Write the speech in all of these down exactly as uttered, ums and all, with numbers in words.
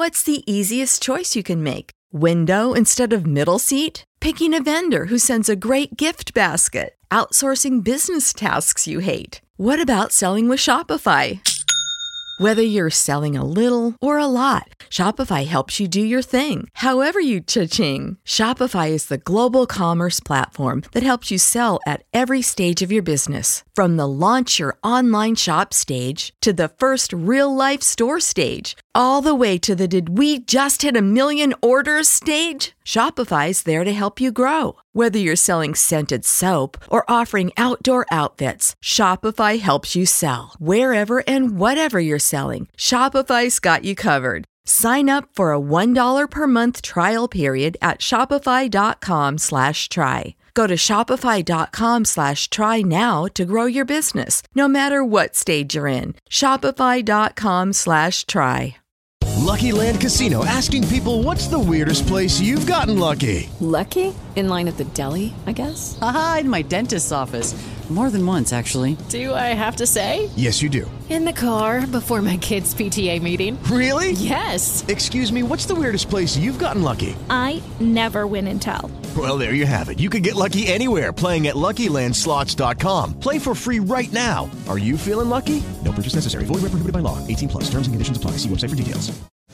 What's the easiest choice you can make? Window instead of middle seat? Picking a vendor who sends a great gift basket? Outsourcing business tasks you hate? What about selling with Shopify? Whether you're selling a little or a lot, Shopify helps you do your thing, however you cha-ching. Shopify is the global commerce platform that helps you sell at every stage of your business. From the launch your online shop stage to the first real-life store stage, all the way to the did we just hit a million orders stage. Shopify's there to help you grow. Whether you're selling scented soap or offering outdoor outfits, Shopify helps you sell. Wherever and whatever you're selling, Shopify's got you covered. Sign up for a one dollar per month trial period at shopify.com slash try. Go to shopify.com slash try now to grow your business, no matter what stage you're in. Shopify.com slash try. Lucky Land Casino, asking people, what's the weirdest place you've gotten lucky? Lucky? In line at the deli, I guess? Aha, in my dentist's office. More than once, actually. Do I have to say? Yes, you do. In the car before my kids' P T A meeting. Really? Yes. Excuse me, what's the weirdest place you've gotten lucky? I never win and tell. Well, there you have it. You can get lucky anywhere, playing at Lucky Land Slots dot com. Play for free right now. Are you feeling lucky? No purchase necessary. Void where prohibited by law. eighteen plus. Terms and conditions apply. See website for details.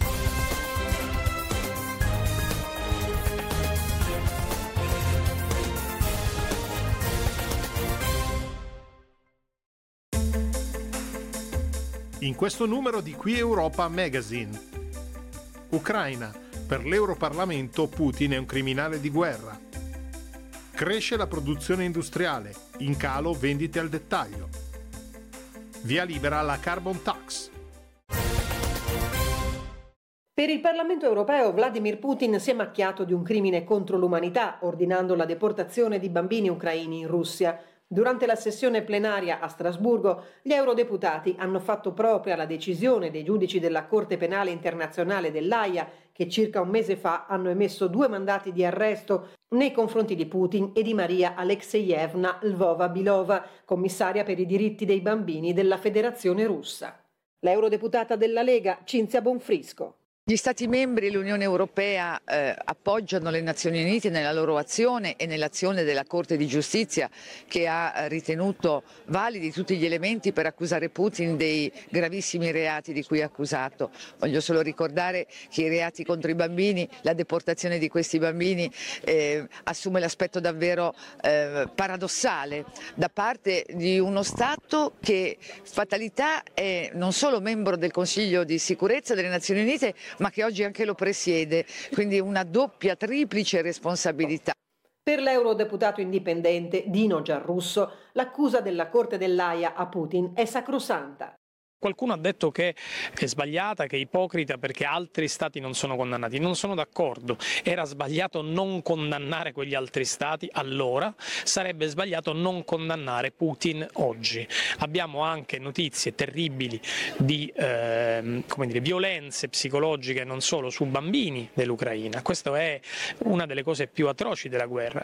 In questo numero di Qui Europa Magazine. Ucraina. Per l'Europarlamento Putin è un criminale di guerra. Cresce la produzione industriale. In calo vendite al dettaglio. Via libera alla carbon tax. Per il Parlamento europeo Vladimir Putin si è macchiato di un crimine contro l'umanità, ordinando la deportazione di bambini ucraini in Russia. Durante la sessione plenaria a Strasburgo, gli eurodeputati hanno fatto propria la decisione dei giudici della Corte Penale Internazionale dell'Aia, che circa un mese fa hanno emesso due mandati di arresto nei confronti di Putin e di Maria Alexeyevna Lvova-Bilova, commissaria per i diritti dei bambini della Federazione Russa. L'eurodeputata della Lega, Cinzia Bonfrisco. Gli Stati membri e l'Unione Europea eh, appoggiano le Nazioni Unite nella loro azione e nell'azione della Corte di Giustizia, che ha ritenuto validi tutti gli elementi per accusare Putin dei gravissimi reati di cui è accusato. Voglio solo ricordare che i reati contro i bambini, la deportazione di questi bambini eh, assume l'aspetto davvero eh, paradossale da parte di uno Stato che, fatalità, è non solo membro del Consiglio di Sicurezza delle Nazioni Unite, ma che oggi anche lo presiede, quindi una doppia, triplice responsabilità. Per l'eurodeputato indipendente Dino Giarrusso, l'accusa della Corte dell'Aia a Putin è sacrosanta. Qualcuno ha detto che è sbagliata, che è ipocrita perché altri stati non sono condannati. Non sono d'accordo. Era sbagliato non condannare quegli altri stati allora, sarebbe sbagliato non condannare Putin oggi. Abbiamo anche notizie terribili di eh, come dire, violenze psicologiche non solo su bambini dell'Ucraina. Questa è una delle cose più atroci della guerra.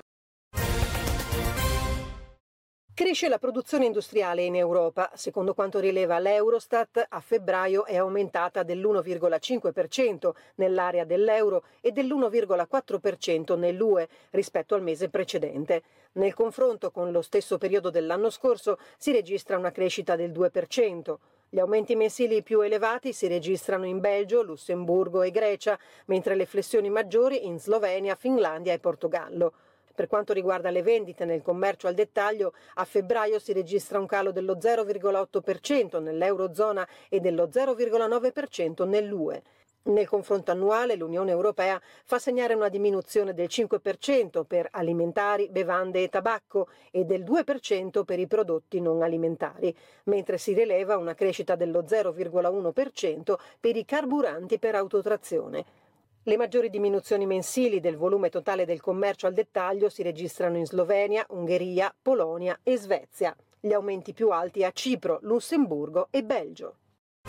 Cresce la produzione industriale in Europa. Secondo quanto rileva l'Eurostat, a febbraio è aumentata dell'uno virgola cinque per cento nell'area dell'euro e dell'uno virgola quattro per cento nell'U E rispetto al mese precedente. Nel confronto con lo stesso periodo dell'anno scorso si registra una crescita del due per cento. Gli aumenti mensili più elevati si registrano in Belgio, Lussemburgo e Grecia, mentre le flessioni maggiori in Slovenia, Finlandia e Portogallo. Per quanto riguarda le vendite nel commercio al dettaglio, a febbraio si registra un calo dello zero virgola otto per cento nell'Eurozona e dello zero virgola nove per cento nell'U E. Nel confronto annuale l'Unione Europea fa segnare una diminuzione del cinque per cento per alimentari, bevande e tabacco e del due per cento per i prodotti non alimentari, mentre si rileva una crescita dello zero virgola uno per cento per i carburanti per autotrazione. Le maggiori diminuzioni mensili del volume totale del commercio al dettaglio si registrano in Slovenia, Ungheria, Polonia e Svezia. Gli aumenti più alti a Cipro, Lussemburgo e Belgio.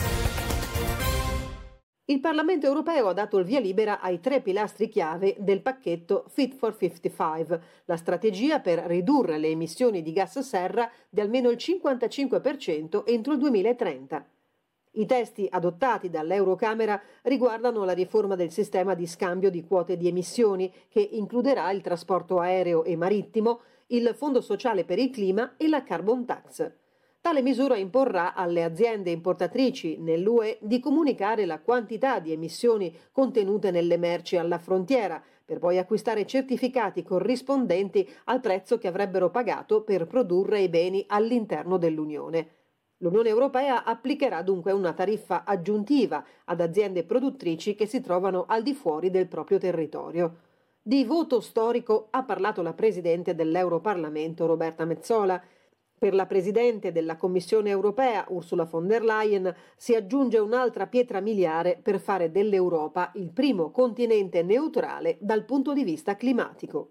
Il Parlamento europeo ha dato il via libera ai tre pilastri chiave del pacchetto Fit for cinquantacinque, la strategia per ridurre le emissioni di gas serra di almeno il cinquantacinque per cento entro il duemilatrenta. I testi adottati dall'Eurocamera riguardano la riforma del sistema di scambio di quote di emissioni, che includerà il trasporto aereo e marittimo, il Fondo sociale per il clima e la carbon tax. Tale misura imporrà alle aziende importatrici nell'U E di comunicare la quantità di emissioni contenute nelle merci alla frontiera, per poi acquistare certificati corrispondenti al prezzo che avrebbero pagato per produrre i beni all'interno dell'Unione. L'Unione Europea applicherà dunque una tariffa aggiuntiva ad aziende produttrici che si trovano al di fuori del proprio territorio. Di voto storico ha parlato la Presidente dell'Europarlamento Roberta Metsola. Per la Presidente della Commissione Europea Ursula von der Leyen si aggiunge un'altra pietra miliare per fare dell'Europa il primo continente neutrale dal punto di vista climatico.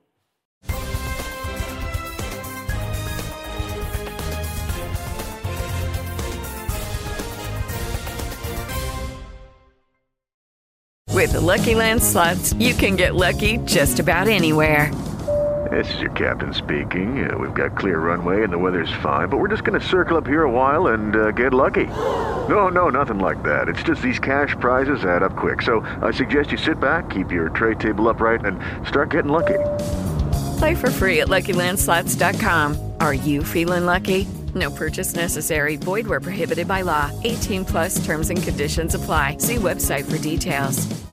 With the Lucky Land Slots, you can get lucky just about anywhere. This is your captain speaking. Uh, we've got clear runway and the weather's fine, but we're just going to circle up here a while and uh, get lucky. No, no, nothing like that. It's just these cash prizes add up quick. So I suggest you sit back, keep your tray table upright, and start getting lucky. Play for free at Lucky Land Slots dot com. Are you feeling lucky? No purchase necessary. Void where prohibited by law. eighteen plus terms and conditions apply. See website for details.